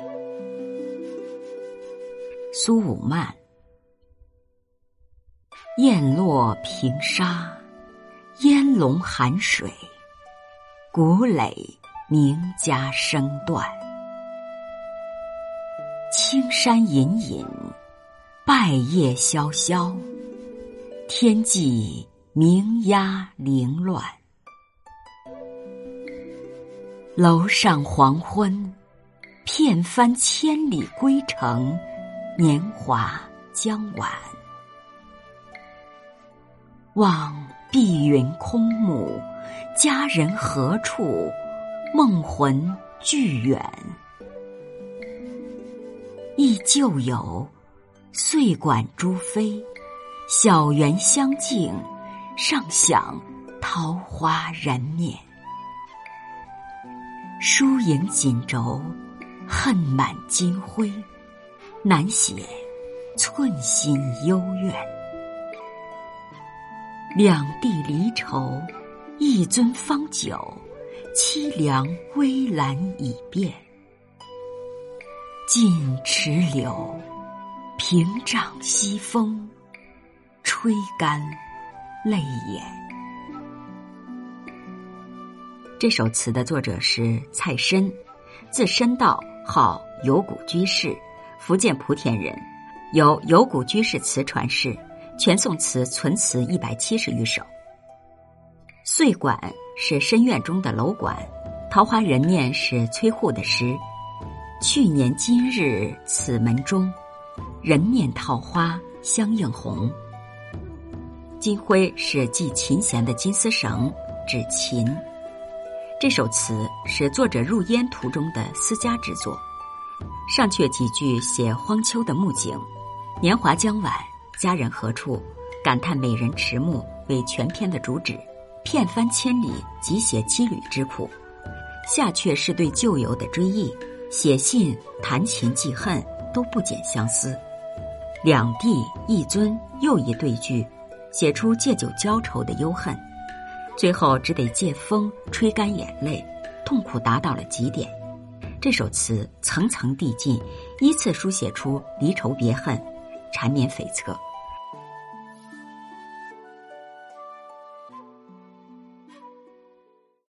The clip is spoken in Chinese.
苏武曼。雁落平沙，烟笼寒水，古垒名家声断。青山隐隐，败叶萧萧，天际鸣鸦凌乱。楼上黄昏，片帆千里归程，年华将晚。望碧云空幕，佳人何处？梦魂俱远。忆旧友，岁管朱飞，小园香径，尚想桃花人面。疏影锦轴，恨满金辉，难写寸心幽怨。两地离愁，一樽方酒，凄凉微澜已变。尽池柳，屏障西风，吹干泪眼。这首词的作者是蔡申，字申道，号有谷居士，福建莆田人，有有谷居士词传世，全宋词存词170余首。岁馆是深院中的楼馆，桃花人面是崔护的诗。去年今日此门中，人面桃花相映红。金辉是系琴弦的金丝绳，指琴。这首词是作者入燕途中的私家之作，上阙几句写荒丘的暮景，年华将晚，佳人何处，感叹美人迟暮为全篇的主旨，片帆千里即写羁旅之苦。下阙是对旧友的追忆，写信弹琴记恨都不减相思。两地一樽又一对句，写出借酒浇愁的忧恨，最后只得借风吹干眼泪，痛苦达到了极点。这首词层层递进，依次书写出离愁别恨，缠绵悱恻。